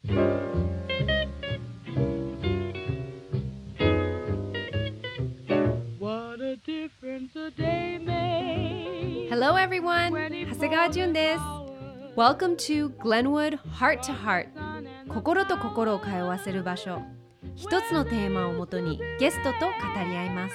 Hello everyone! 長谷川純です。Welcome to Glenwood Heart to Heart 心と心を通わせる場所。一つのテーマをもとにゲストと語り合います。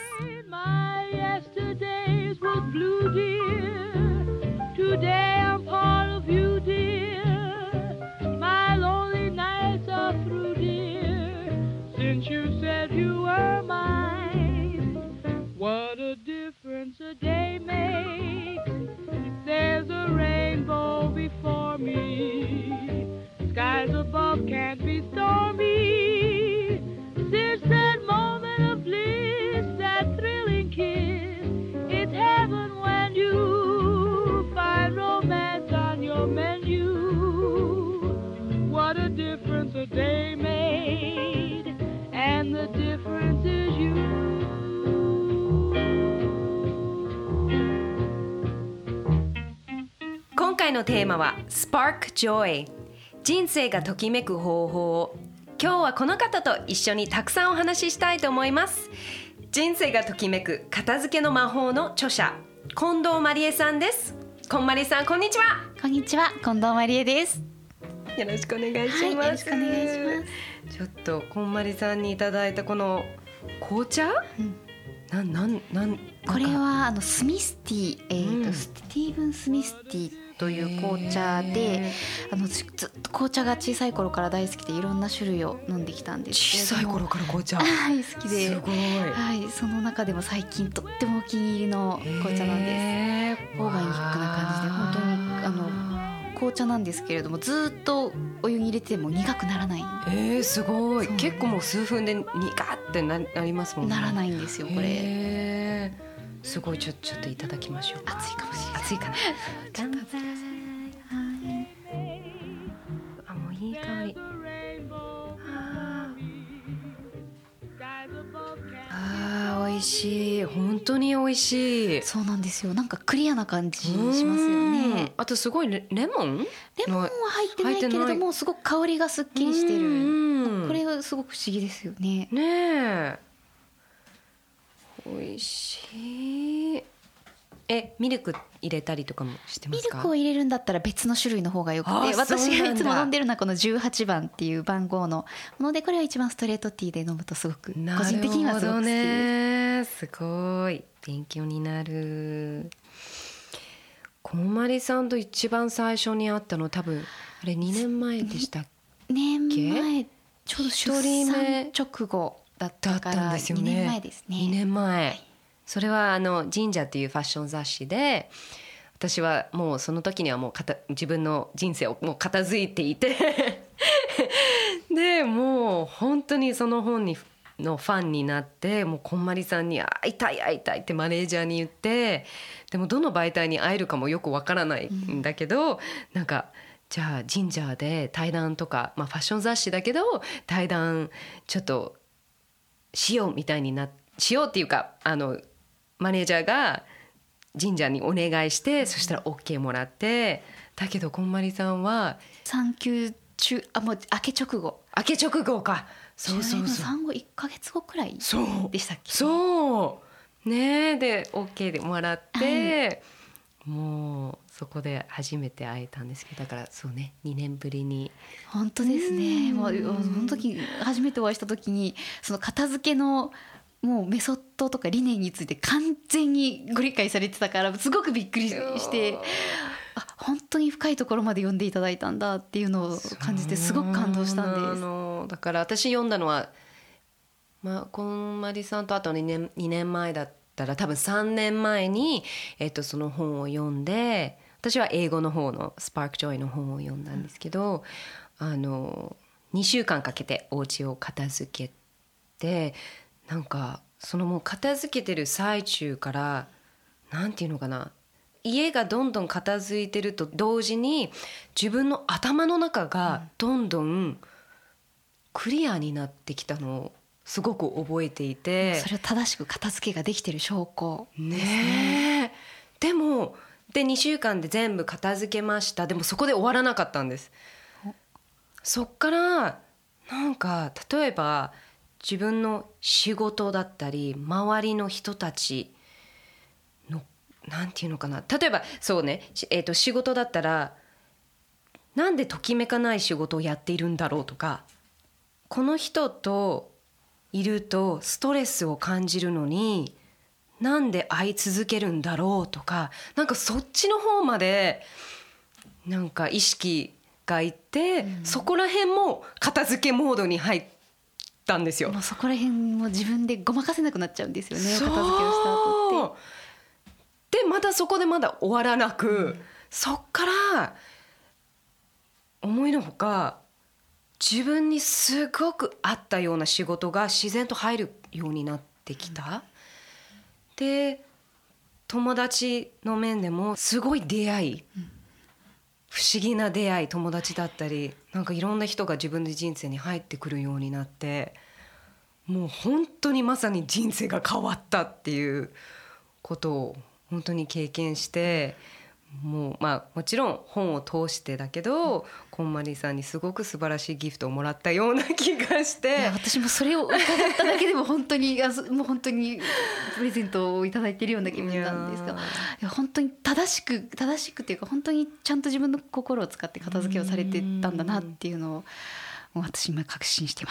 There's a rainbow before me. Skies above can't be stormy. Since that moment of bliss, that thrilling kiss, it's heaven when you find romance on your menu. What a difference a day made, and the difference is you. 今回のテーマは Spark Joy 人生がときめく方法を今日はこの方と一緒にたくさんお話ししたいと思います。人生がときめく片付けの魔法の著者近藤まりえさんです。こんまりさんこんにちは。 こんにちは、近藤まりえです。 よろしくお願いします。 はい、よろしくお願いします。 ちょっとこんまりさんにいただいたこの紅茶、 これはスミスティー、スティーブン・スミスティーという紅茶で、ずっと紅茶が小さい頃から大好きでいろんな種類を飲んできたんですけれども、 小さい頃から紅茶はい好きで、 すごい、 はい、その中でも最近とってもお気に入りの紅茶なんです。オーガニックな感じで本当に紅茶なんですけれども、ずっとお湯に入れても苦くならない。 すごい。結構もう数分で苦ってなりますもんね。 ならないんですよこれ。 すごい。ちょっといただきましょう。 熱いかもしれない。 熱いかな。 乾杯。 あ、もういい香り。美味しい。本当に美味しい。 そうなんですよ。なんかクリアな感じしますよね。 あとすごいレモンは入ってないけれどもすごく香りがすっきりしてる。これはすごく不思議ですよね。 ねえ、美味しい。ミルク入れたりとかもしてますか？ ミルクを入れるんだったら別の種類の方がよくて、私がいつも飲んでるのはこの18番っていう番号のもので、これは一番ストレートティーで飲むとすごく個人的にはすごく好きです。 すごい勉強になる。こんまりさんと一番最初に会ったの多分あれ2年前でしたっけ？ 年前、ちょうど出産直後だったから2年前ですね。 2年前、はい、それは神社っていうファッション雑誌で、私はもうその時にはもう自分の人生をもう片付いていてでもう本当にその本のファンになって、もうこんまりさんに会いたいってマネージャーに言って、でもどの媒体に会えるかもよくわからないんだけど、なんかじゃあ神社で対談とか、ファッション雑誌だけど対談ちょっとしようみたいにしようっていうか、マネージャーが神社にお願いして、そしたら OK もらって、だけどこんまりさんは産休中、もう明け直後か。そう産後1ヶ月後くらいでしたっけ？ そうね。で OK でもらって、もうそこで初めて会えたんですけど、だからそうね、2年ぶりに。 本当ですね。もうその時初めてお会いした時に、その片付けのもうメソッドとか理念について完全にご理解されてたから、すごくびっくりして、本当に深いところまで読んでいただいたんだっていうのを感じて、すごく感動したんです。 だから私読んだのは、こんまりさんとあと2年前だったら多分3年前に、その本を読んで、私は英語の方のスパークジョイの本を読んだんですけど、2週間かけてお家を片付けて、なんかそのもう片付けてる最中から、なんていうのかな、家がどんどん片付いてると同時に自分の頭の中がどんどんクリアになってきたのをすごく覚えていて、 それを正しく片付けができてる証拠ですね。でも2週間で全部片付けました。でもそこで終わらなかったんです。 そっからなんか例えば自分の仕事だったり周りの人たちのなんていうのかな、例えばそうね、仕事だったらなんでときめかない仕事をやっているんだろうとか、この人といるとストレスを感じるのになんで会い続けるんだろうとか、なんかそっちの方までなんか意識がいって、そこら辺も片付けモードに入ったんですよ。 もうそこら辺も自分でごまかせなくなっちゃうんですよね、片付けをした後って。 でまたそこでまだ終わらなく、そっから思いのほか自分にすごく合ったような仕事が自然と入るようになってきた。で友達の面でもすごい出会い、不思議な出会い、友達だったりなんかいろんな人が自分の人生に入ってくるようになって、もう本当にまさに人生が変わったっていうことを本当に経験して、もうもちろん本を通してだけど、こんまりさんにすごく素晴らしいギフトをもらったような気がして、 私もそれを伺っただけでも本当にもう本当にプレゼントをいただいているような気分なんですが、いや本当に正しくっていうか、本当にちゃんと自分の心を使って片付けをされてたんだなっていうのをもう私今確信してます。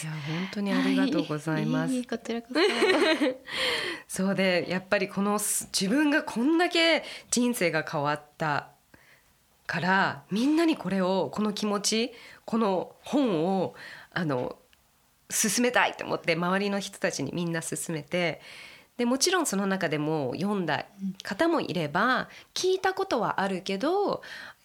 いや本当にありがとうございます、 はい、こちらこそそうでやっぱりこの自分がこんだけ人生が変わったからみんなにこの気持ち、この本を勧めたいと思って周りの人たちにみんな勧めて、でもちろんその中でも読んだ方もいれば、聞いたことはあるけど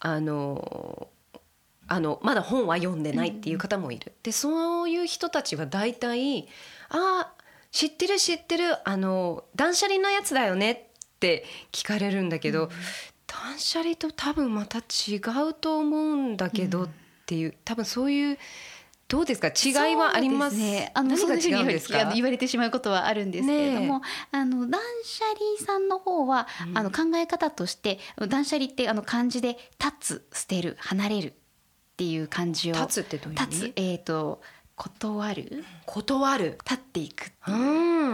まだ本は読んでないっていう方もいる。でそういう人たちは大体知ってる断捨離のやつだよねって聞かれるんだけど、断捨離と多分また違うと思うんだけどっていう、多分そういうどうですか、違いはありますね。 何が違うんですか？ 言われてしまうことはあるんですけれども、断捨離さんの方は、考え方として断捨離って漢字で立つ、捨てる、離れるっていう漢字を、 立つってどういう意味？ 断る、立っていくっていう、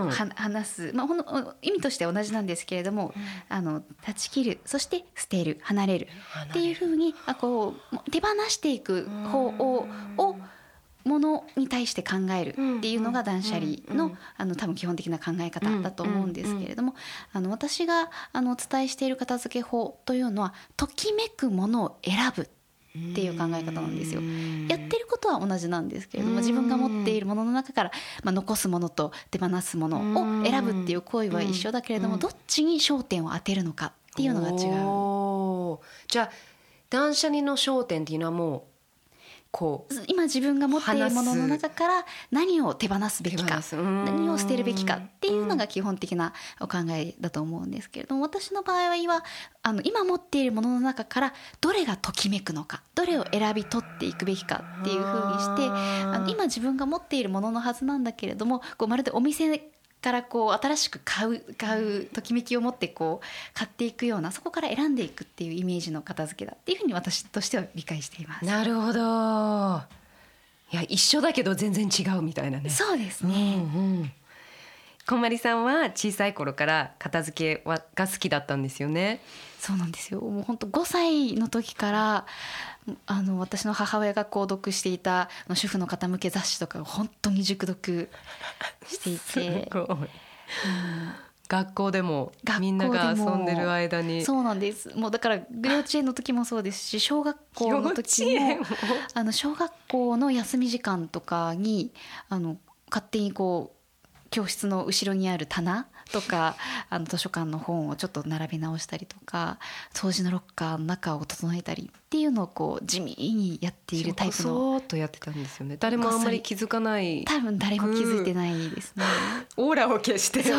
話す、意味としては同じなんですけれども、断ち切る、そして捨てる、離れるっていうふうに手放していく方をものに対して考えるっていうのが断捨離の多分基本的な考え方だと思うんですけれども、私がお伝えしている片付け法というのは、ときめくものを選ぶっていう考え方なんですよ。やってることは同じなんですけれども、自分が持っているものの中から、残すものと手放すものを選ぶっていう行為は一緒だけれども、どっちに焦点を当てるのかっていうのが違う。 じゃあ断捨離の焦点っていうのはもう今自分が持っているものの中から何を手放すべきか、何を捨てるべきかっていうのが基本的なお考えだと思うんですけれども、私の場合は今持っているものの中からどれがときめくのか、どれを選び取っていくべきかっていうふうにして、今自分が持っているもののはずなんだけれども、まるでお店から新しく買うときめきを持って買っていくような、そこから選んでいくっていうイメージの片付けだっていうふうに私としては理解しています。 なるほど。いや一緒だけど全然違うみたいなね。 そうですね、 こんまりさんは小さい頃から片付けが好きだったんですよね。 そうなんですよ。もう本当5歳の時から私の母親が購読していた主婦の方向け雑誌とかを本当に熟読していて、 すごい、学校でもみんなが遊んでる間に。そうなんです。もうだから幼稚園の時もそうですし、小学校の時も小学校の休み時間とかに勝手に教室の後ろにある棚とか図書館の本をちょっと並べ直したりとか、掃除のロッカーの中を整えたりっていうのを地味にやっているタイプの。 そーっとやってたんですよね。誰もあんまり気づかない。 多分誰も気づいてないですね。 オーラを消してす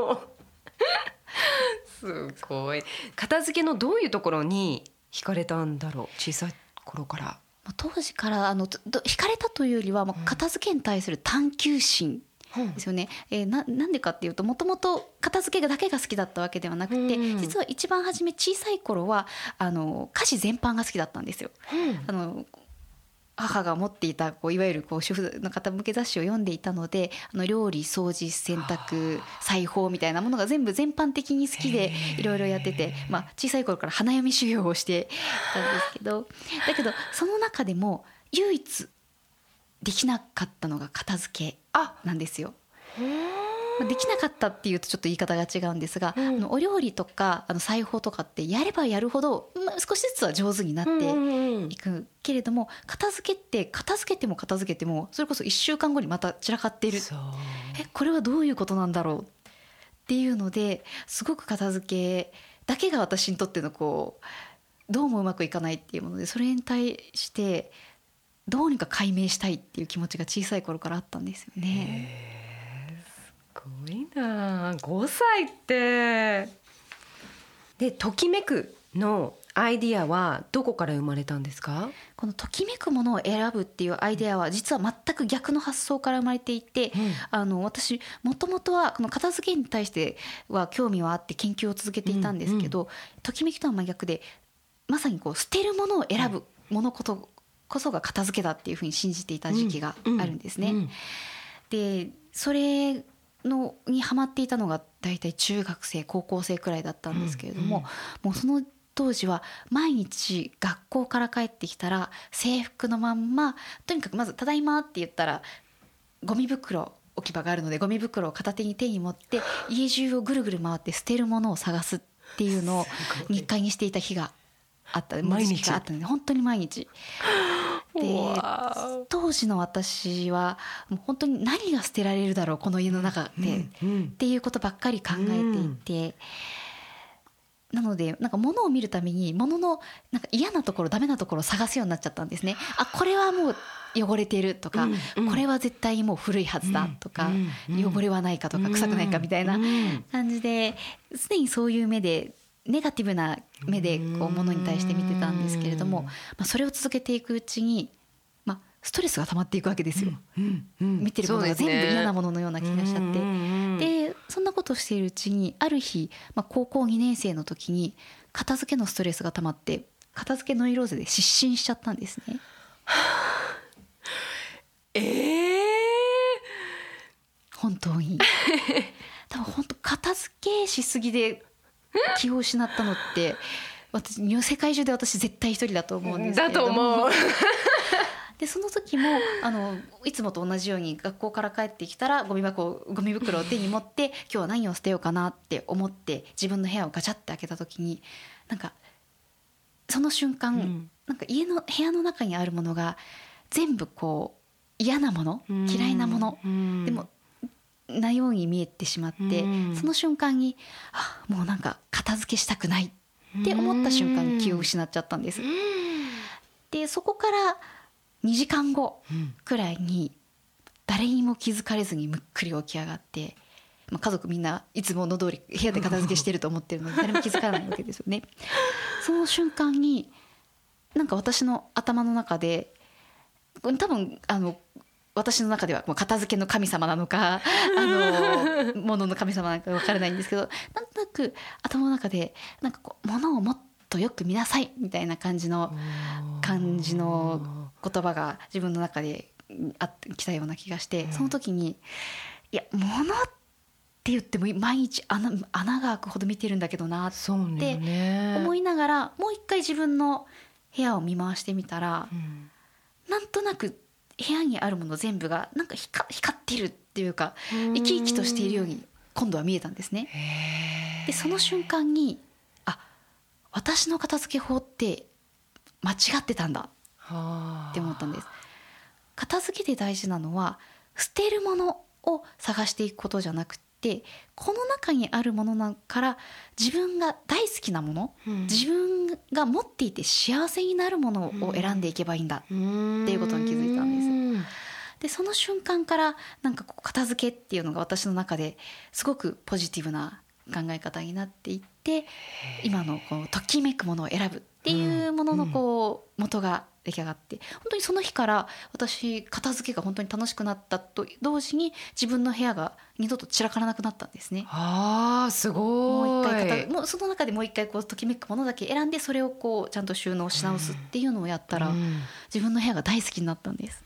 ごい。片付けのどういうところに惹かれたんだろう、小さい頃から。 当時から惹かれたというよりは、片付けに対する探求心ですよね。なんでかっていうと、もともと片付けだけが好きだったわけではなくて、実は一番初め小さい頃は家事全般が好きだったんですよ。 母が持っていたいわゆる主婦の方向け雑誌を読んでいたので、料理、掃除、洗濯、裁縫みたいなものが全部全般的に好きでいろいろやってて、小さい頃から花読み修行をしてたんですけど、だけどその中でも唯一できなかったのが片付けなんですよ。できなかったっていうとちょっと言い方が違うんですが、お料理とか裁縫とかってやればやるほど、少しずつは上手になっていくけれども、片付けてもそれこそ1週間後にまた散らかっている。これはどういうことなんだろうっていうので、すごく片付けだけが私にとってのどうもうまくいかないっていうもので、それに対してどうにか解明したいっていう気持ちが小さい頃からあったんですよね。 すごいな、5歳って。で、ときめくのアイディアはどこから生まれたんですか？ このときめくものを選ぶっていうアイデアは実は全く逆の発想から生まれていて、私もともとはこの片付けに対しては興味はあって研究を続けていたんですけど、ときめきとは真逆で、まさに捨てるものを選ぶものこそが片付けだっていうふうに信じていた時期があるんですね。で、それにハマっていたのがだいたい中学生高校生くらいだったんですけれども、もうその当時は毎日学校から帰ってきたら制服のまんま、とにかくまずただいまって言ったらゴミ袋置き場があるのでゴミ袋を片手に手に持って家中をぐるぐる回って捨てるものを探すっていうのを日課にしていた日があった時期があったので、本当に毎日で、当時の私はもう本当に何が捨てられるだろうこの家の中で、っていうことばっかり考えていて、なので物を見るために物の嫌なところダメなところを探すようになっちゃったんですね。これはもう汚れてるとか、これは絶対もう古いはずだとか、汚れはないかとか臭くないかみたいな感じで、常にそういう目でネガティブな目で物に対して見てたんですけれども、それを続けていくうちに、ストレスが溜まっていくわけですよ。見てるものが全部嫌なもののような気がしちゃって、でそんなことをしているうちにある日、高校2年生の時に片付けのストレスが溜まって片付けノイローゼで失神しちゃったんですね。本当に多分本当片付けしすぎで気を失ったのって世界中で私絶対一人だと思うんですけれども、 だと思うでその時もいつもと同じように学校から帰ってきたらゴミ袋を手に持って今日は何を捨てようかなって思って自分の部屋をガチャって開けた時にその瞬間、部屋の中にあるものが全部嫌なもの、嫌いなものでもなように見えてしまって、その瞬間にもう片付けしたくないって思った瞬間に気を失っちゃったんです。でそこから2時間後くらいに誰にも気づかれずにむっくり起き上がって、家族みんないつもの通り部屋で片付けしてると思ってるので誰も気づかないわけですよね。その瞬間に私の頭の中で多分私の中では片付けの神様なのか物の神様なのか分からないんですけど、なんとなく頭の中で物をもっとよく見なさいみたいな感じの言葉が自分の中できたような気がして、その時に物って言っても毎日穴が開くほど見てるんだけどなって思いながら、もう一回自分の部屋を見回してみたら、なんとなく部屋にあるもの全部が光ってるっていうか生き生きとしているように今度は見えたんですね。でその瞬間に私の片付け法って間違ってたんだって思ったんです。片付けで大事なのは捨てるものを探していくことじゃなくて、この中にあるものから自分が大好きなもの、自分が持っていて幸せになるものを選んでいけばいいんだっていうことに気づいたんです。でその瞬間から片付けっていうのが私の中ですごくポジティブな考え方になっていって、今のときめくものを選ぶっていうものの元が出来上がって、本当にその日から私片付けが本当に楽しくなったと同時に自分の部屋が二度と散らからなくなったんですね。 すもうごい。 一回もうその中でもう一回こうときめくものだけ選んでそれをこうちゃんと収納し直すっていうのをやったら、自分の部屋が大好きになったんです。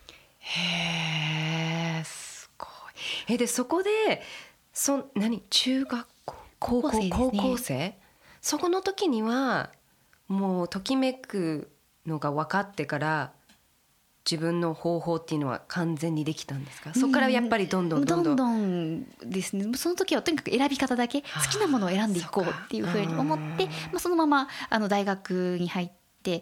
へー、すごい。でそこで中学校高校、高校生、そこの時にはもうときめくのが分かってから自分の方法っていうのは完全にできたんですか？そこからやっぱりどんどんですね。その時はとにかく選び方だけ好きなものを選んでいこうっていうふうに思って、そのまま大学に入って、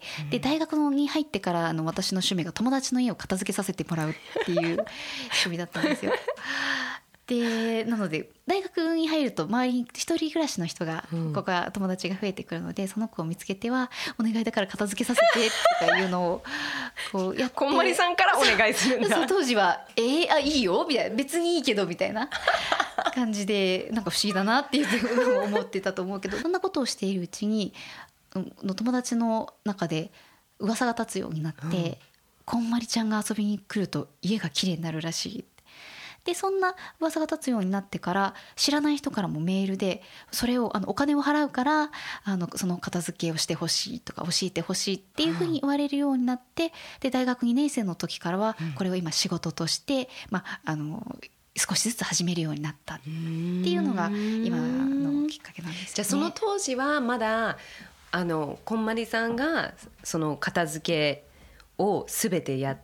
で大学に入ってから私の趣味が友達の家を片付けさせてもらうっていう趣味だったんですよ。でなので大学に入ると周りに一人暮らしの人が、ここは友達が増えてくるので、その子を見つけてはお願いだから片付けさせてとかいうのをこうやってこんまりさんからお願いするんだ。 そう当時はいいよみたいな、別にいいけどみたいな感じで、なんか不思議だなっていうのを思ってたと思うけど、そんなことをしているうちに友達の中で噂が立つようになって、こんまりちゃんが遊びに来ると家が綺麗になるらしい。でそんな噂が立つようになってから、知らない人からもメールでそれをお金を払うからその片付けをしてほしいとか教えてほしいっていうふうに言われるようになって、で大学2年生の時からはこれを今仕事として、少しずつ始めるようになったっていうのが今のきっかけなんですよね。 じゃあその当時はまだこんまりさんがその片付けを全てやって、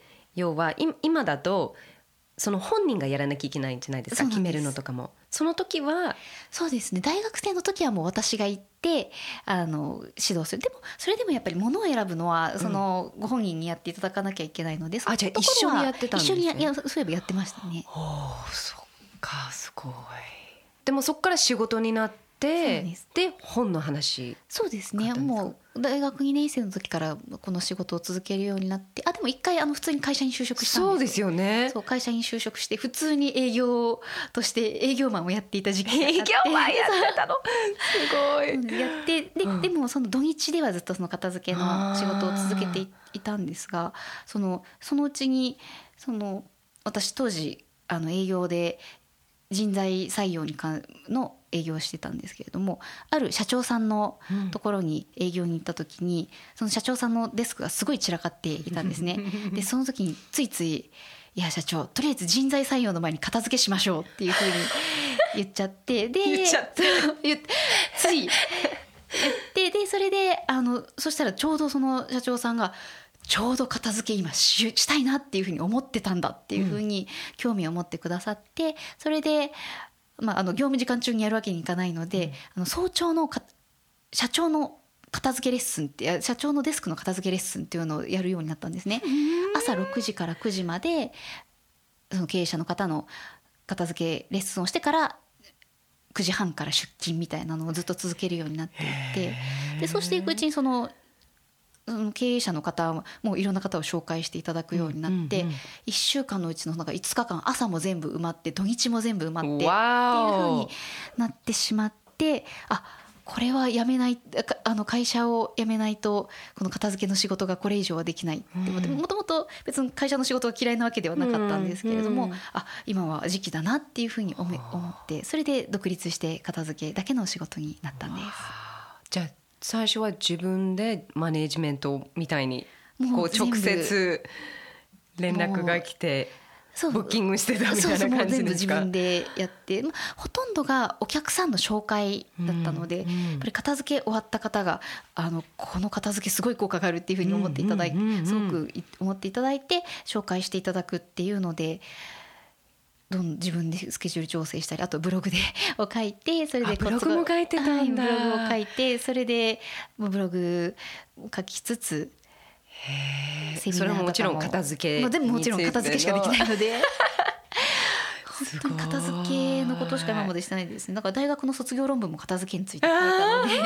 要は今だとその本人がやらなきゃいけないんじゃないですか、決めるのとかも。その時はそうですね、大学生の時はもう私が行って指導する。でもそれでもやっぱり物を選ぶのはそのご本人にやっていただかなきゃいけないので、 じゃあ一緒にやってたんですね。 一緒にそういえばやってましたね。 そっか、すごい。でもそっから仕事になって、で本の話。 そうですね、もう大学2年生の時からこの仕事を続けるようになって、でも一回普通に会社に就職したんですよ。 そうですよね。 そう、会社に就職して普通に営業として営業マンをやっていた時期があって、 営業マンやってたのすごい。 やってでもその土日ではずっとその片付けの仕事を続けていたんですが、そのうちに私当時営業で人材採用の営業をしてたんですけれども、ある社長さんのところに営業に行った時に、その社長さんのデスクがすごい散らかっていたんですね。でその時についつい「いや社長、とりあえず人材採用の前に片付けしましょう」っていうふうに言っちゃってつい言ってでそれでそしたらちょうどその社長さんがちょうど片付け今したいなっていうふうに思ってたんだっていうふうに興味を持ってくださって、それで、業務時間中にやるわけにいかないので、早朝の社長の片付けレッスンって社長のデスクの片付けレッスンっていうのをやるようになったんですね。朝6時から9時までその経営者の方の片付けレッスンをしてから9時半から出勤みたいなのをずっと続けるようになっていって、でそうしていくうちにその経営者の方もいろんな方を紹介していただくようになって、1週間のうちの5日間朝も全部埋まって土日も全部埋まってっていう風になってしまって、これはやめない会社を辞めないとこの片付けの仕事がこれ以上はできないって思って、もともと別に会社の仕事が嫌いなわけではなかったんですけれども、今は時期だなっていうふうに思って、それで独立して片付けだけの仕事になったんです。 じゃあ最初は自分でマネージメントみたいにこう直接連絡が来てブッキングしてたみたいな感じですか？ 全部自分でやって、ほとんどがお客さんの紹介だったので、やっぱり片付け終わった方がこの片付けすごい効果があるっていうふうに思っていただいて、すごく思っていただいて紹介していただくっていうので、自分でスケジュール調整したり、あとブログを書いて、それでブログも書いてたんだ。 ブログを書いて、それでブログを書きつつ、 それももちろん片付け全部もちろん片付けしかできないので本当に片付けのことしか今までしてないですね。だから大学の卒業論文も片付けについて書いたので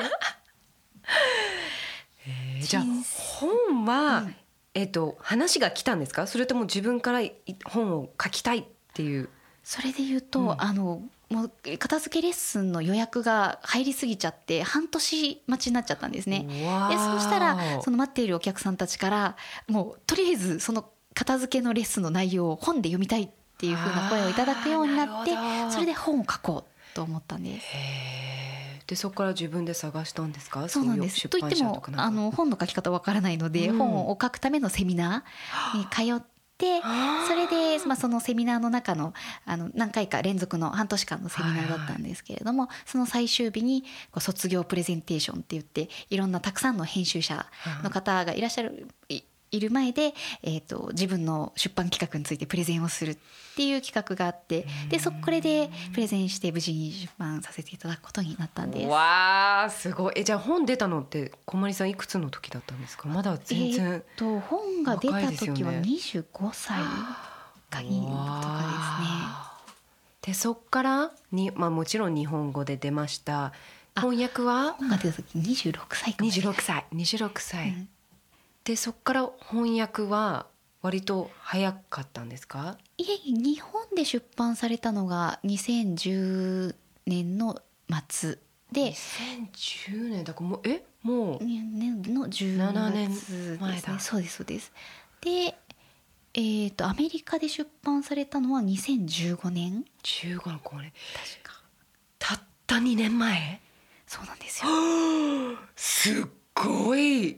じゃあ本は、話が来たんですか？それとも自分から本を書きたいっていう。 それで言うと、ももう片付けレッスンの予約が入りすぎちゃって半年待ちになっちゃったんですね。でそうしたらその待っているお客さんたちからもうとりあえずその片付けのレッスンの内容を本で読みたいっていう風な声をいただくようになって、それで本を書こうと思ったんです。 でそこから自分で探したんですか？ そうなんです。といっても本の書き方わからないので、本を書くためのセミナーに通ってそれで、そのセミナーの中の何回か連続の半年間のセミナーだったんですけれども、その最終日に卒業プレゼンテーションって言っていろんなたくさんの編集者の方がいらっしゃるいる前で、自分の出版企画についてプレゼンをするっていう企画があって、でこれでプレゼンして無事に出版させていただくことになったんです。 わーすごい。じゃあ本出たのって小森さんいくつの時だったんですか？まだ全然、 本が出た時は25歳か2とかですね。でそっからに、もちろん日本語で出ました。翻訳は本が出た時26歳かもしれない。 26歳、でそこから翻訳は割と早かったんですか？ いえ、日本で出版されたのが2010年の末で、 2010年だからもうもうの10月ですね。 前だ。 そうですそうです。でアメリカで出版されたのは2015年。 15のこれ確かたった2年前。 そうなんですよ。 すっごい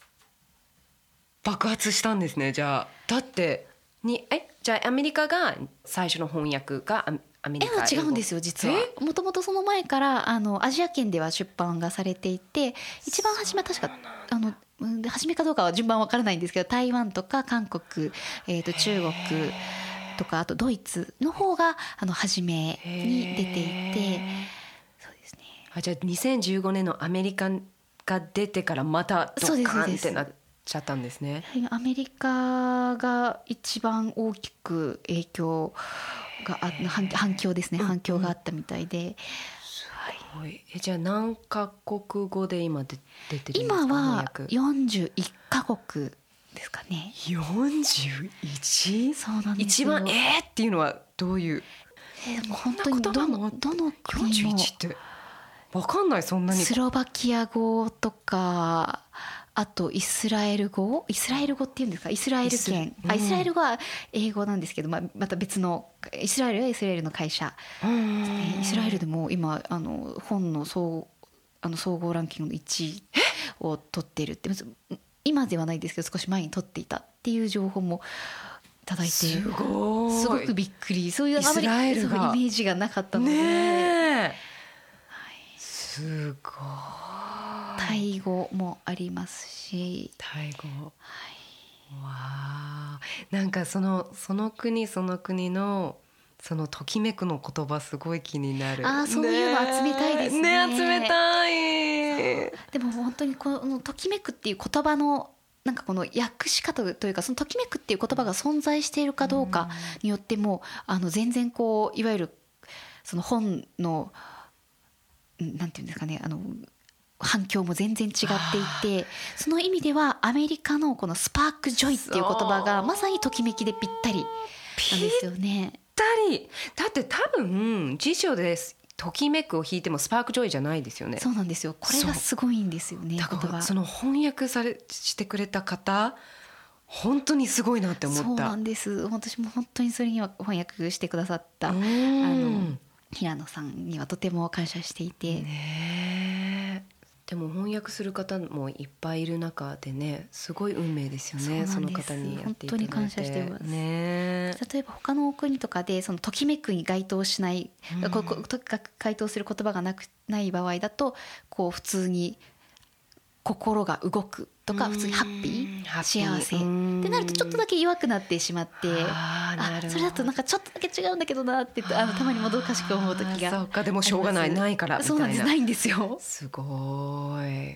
爆発したんですね。じゃあだってじゃあアメリカが最初の翻訳がアメリカ英語。 違うんですよ実は。もともとその前からアジア圏では出版がされていて、一番初めは確か初めかどうかは順番わからないんですけど、台湾とか韓国、中国とかあとドイツの方が初めに出ていて、そうですね。 じゃあ2015年のアメリカが出てからまたドカンってなっちゃったんですね。 アメリカが一番大きく影響が反響ですね、反響があったみたいで、 すごい。じゃあ何カ国語で今出てるんですか？ 今は41カ国ですかね。 41？ そうなんですよ。 一番っていうのはどういう、 もう本当にどの国も 41って分かんない。そんなにスロバキア語とか、あとイスラエル語っていうんですか、イスラエル圏、イスラエル語は英語なんですけど、また別のイスラエルはイスラエルの会社ですね。イスラエルでも今本の総合ランキングの1位を取っているって、今ではないですけど少し前に取っていたっていう情報もいただいて、すごくびっくり。そういうあまりイメージがなかったので、 ね、すごい。 タイ語もありますし。 タイ語、わあ、なんかその国その国のそのときめくの言葉すごい気になる。 そういうの集めたいですね。 集めたい。 でも本当にこのときめくっていう言葉のなんかこの訳し方というか、そのときめくっていう言葉が存在しているかどうかによっても全然いわゆるその本のなんていうんですかね、反響も全然違っていて、その意味ではアメリカのこのスパークジョイっていう言葉がまさにときめきでぴったりなんですよね。 だって多分辞書でときめくを引いてもスパークジョイじゃないですよね。 そうなんですよ。これがすごいんですよね。 だからその翻訳してくれた方本当にすごいなって思った。 そうなんです。私も本当にそれには翻訳してくださった平野さんにはとても感謝していて、 でも翻訳する方もいっぱいいる中でね、すごい運命ですよね。その方にやっていただいて本当に感謝しています、 ね。 例えば他の国とかでそのときめくに該当しない、該当する言葉がない場合だと普通に心が動くとか、普通にハッピー、幸せってなるとちょっとだけ弱くなってしまって、それだとなんかちょっとだけ違うんだけどなってたまにもどかしく思う時が。 そうか、でもしょうがないからみたいな。 そうなんです、ないんですよ。 すごい。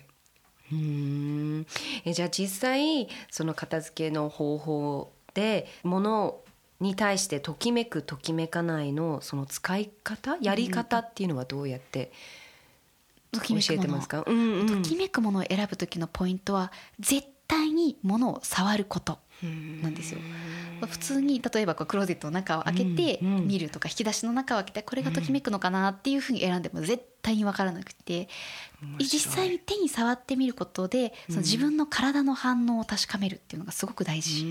じゃあ実際その片付けの方法で物に対してときめくときめかないのその使い方、やり方っていうのはどうやって教えてますか？ときめくものを選ぶ時のポイントは絶対に物を触ることなんですよ。 普通に例えばこうクローゼットの中を開けて見るとか、引き出しの中を開けてこれがときめくのかなっていうふうに選んでも絶対に分からなくて、実際に手に触ってみることでその自分の体の反応を確かめるっていうのがすごく大事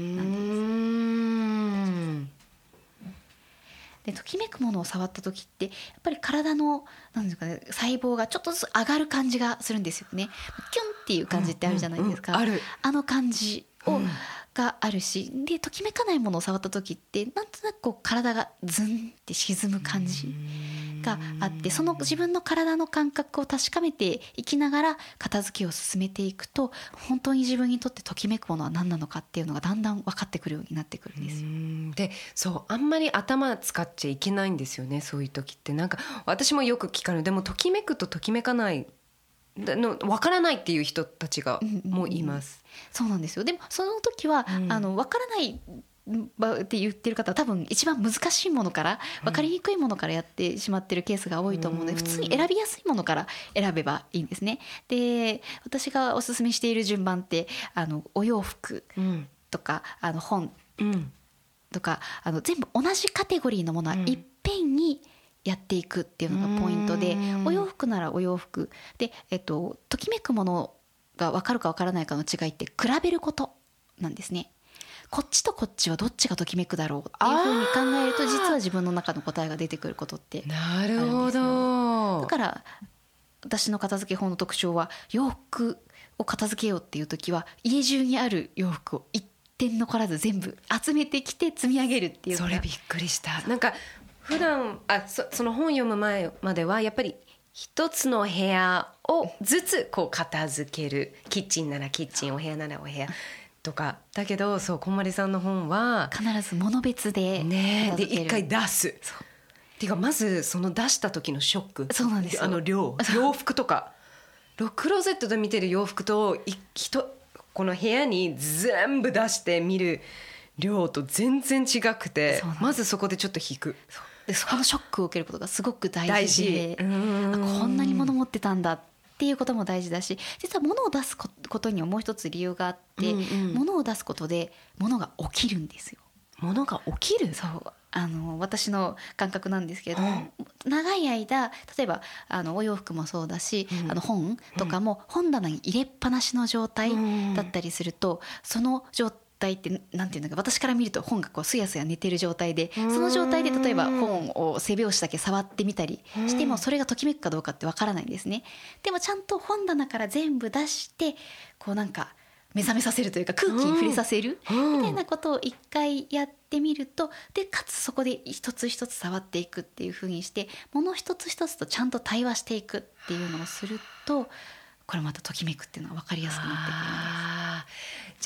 なんです。でときめくものを触った時ってやっぱり体のなんですかね、細胞がちょっとずつ上がる感じがするんですよね。キュンっていう感じってあるじゃないですか、あの感じを、があるし、でときめかないものを触った時ってなんとなくこう体がズンって沈む感じがあって、その自分の体の感覚を確かめていきながら片付けを進めていくと、本当に自分にとってときめくものは何なのかっていうのがだんだん分かってくるようになってくるんですよ。 でそうあんまり頭使っちゃいけないんですよね、そういう時って。なんか私もよく聞かれる。でもときめくとときめかないの分からないっていう人たちがもういます、 そうなんですよ。でもその時は、分からないって言ってる方は多分一番難しいものから分かりにくいものからやってしまってるケースが多いと思うので、普通に選びやすいものから選べばいいんですね。で私がおすすめしている順番ってお洋服とか本とか全部同じカテゴリーのものはいっぺんにやっていくっていうのがポイントで、お洋服ならお洋服で、ときめくものが分かるか分からないかの違いって比べることなんですね。こっちとこっちはどっちがときめくだろうっていうふうに考えると、実は自分の中の答えが出てくることってあるんですよ。なるほど。だから私の片付け法の特徴は、洋服を片付けようっていう時は家中にある洋服を一点残らず全部集めてきて積み上げるっていうか。 それびっくりした。なんか普段その本読む前まではやっぱり一つの部屋をずつこう片付ける、キッチンならキッチン、お部屋ならお部屋とかだけど、そうこんまりさんの本は必ず物別でね、で一回出すっていうか、まずその出した時のショック。 そうなんですよ。 洋服とかクローゼットで見てる洋服とこの部屋に全部出して見る量と全然違くて、まずそこでちょっと引く。 でそこのショックを受けることがすごく大事で、こんなに物持ってたんだっていうことも大事だし、実は物を出すことにはもう一つ理由があって、物を出すことで物が起きるんですよ。 物が起きる？ そう私の感覚なんですけれども、長い間例えばお洋服もそうだし、本とかも本棚に入れっぱなしの状態だったりすると、その状態ってなんていうのか、私から見ると本がこうすやすや寝てる状態で、その状態で例えば本を背拍子だけ触ってみたりしても、それがときめくかどうかってわからないんですね。でもちゃんと本棚から全部出してこうなんか目覚めさせるというか、空気に触れさせるみたいなことを一回やってみると、でかつそこで一つ一つ触っていくっていう風にして、物一つ一つとちゃんと対話していくっていうのをすると、これまたときめくっていうのが分かりやすくなってくるんです。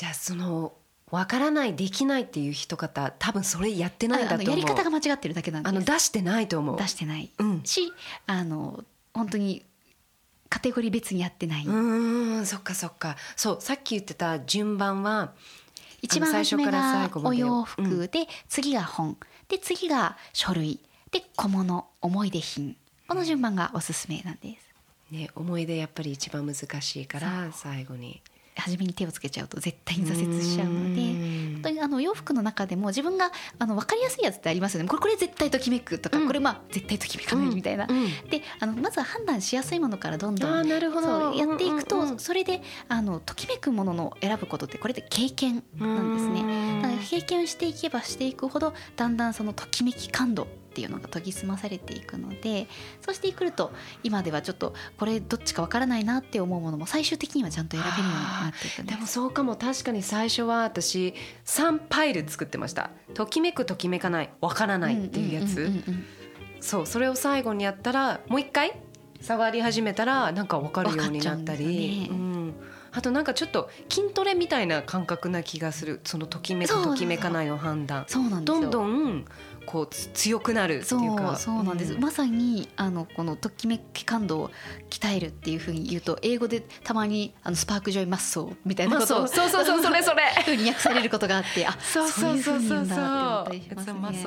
じゃあその分からない、できないっていう人方、多分それやってないんだと思う。 やり方が間違ってるだけなんです。 出してないと思う。 出してない、し本当にカテゴリー別にやってない。 そっかそっか。そうさっき言ってた順番は一番初めがお洋服で、次が本で、次が書類で、小物、思い出品、この順番がおすすめなんです、 ね。思い出やっぱり一番難しいから最後に初めに手をつけちゃうと絶対に挫折しちゃうので、本当に洋服の中でも自分が分かりやすいやつってありますよね。これ絶対ときめくとか、これ絶対ときめかないみたいな、でまずは判断しやすいものからどんどんそうやっていくと、それでときめくものの選ぶことって、これで経験なんですね。だから経験をしていけばしていくほど、だんだんそのときめき感度っていうのが研ぎ澄まされていくので、そうしてくると今ではちょっとこれどっちかわからないなって思うものも最終的にはちゃんと選べるようになっていくんです。 でもそうかも。確かに最初は私3パイル作ってました。ときめく、ときめかない、わからないっていうやつ。それを最後にやったら、もう一回触り始めたらなんかわかるようになったり、あとなんかちょっと筋トレみたいな感覚な気がする。そのときめく、ときめかないの判断、どんどんこう強くなるっていうか。 そうなんです、まさにこのときめき感度を鍛えるっていうふうに言うと、英語でたまにスパークジョイマッソーみたいなことをそれふうに訳されることがあって、そういうふうに言うんだって思ったりしますね。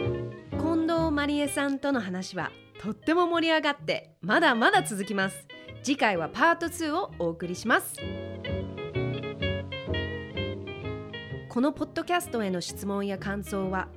近藤まりえさんとの話はとっても盛り上がって、まだまだ続きます。 次回はパート2をお送りします。このポッドキャストへの質問や感想は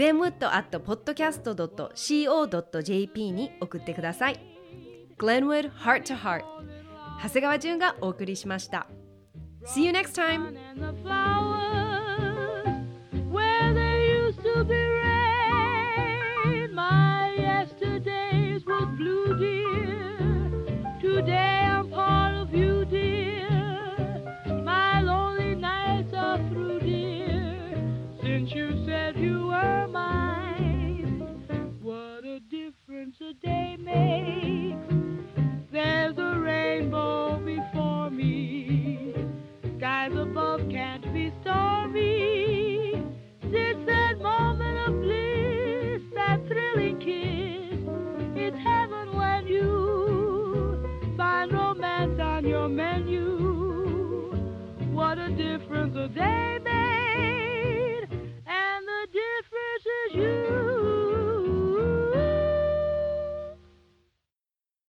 glenwood@podcast.co.jp に送ってください。Glenwood Heart to Heart 長谷川純がお送りしました。See you next time! And the flowers where there used to be rain. My yesterdays was blue, dear. Today I'm part of you, dear. My lonely nights are through, dear. Since you said you were mine, what a difference a day makes. There's a rainbow before me. Skies above can't be stormy. Since that moment of bliss, that thrilling kiss, it's heaven when you find romance on your menu. What a difference a day makes.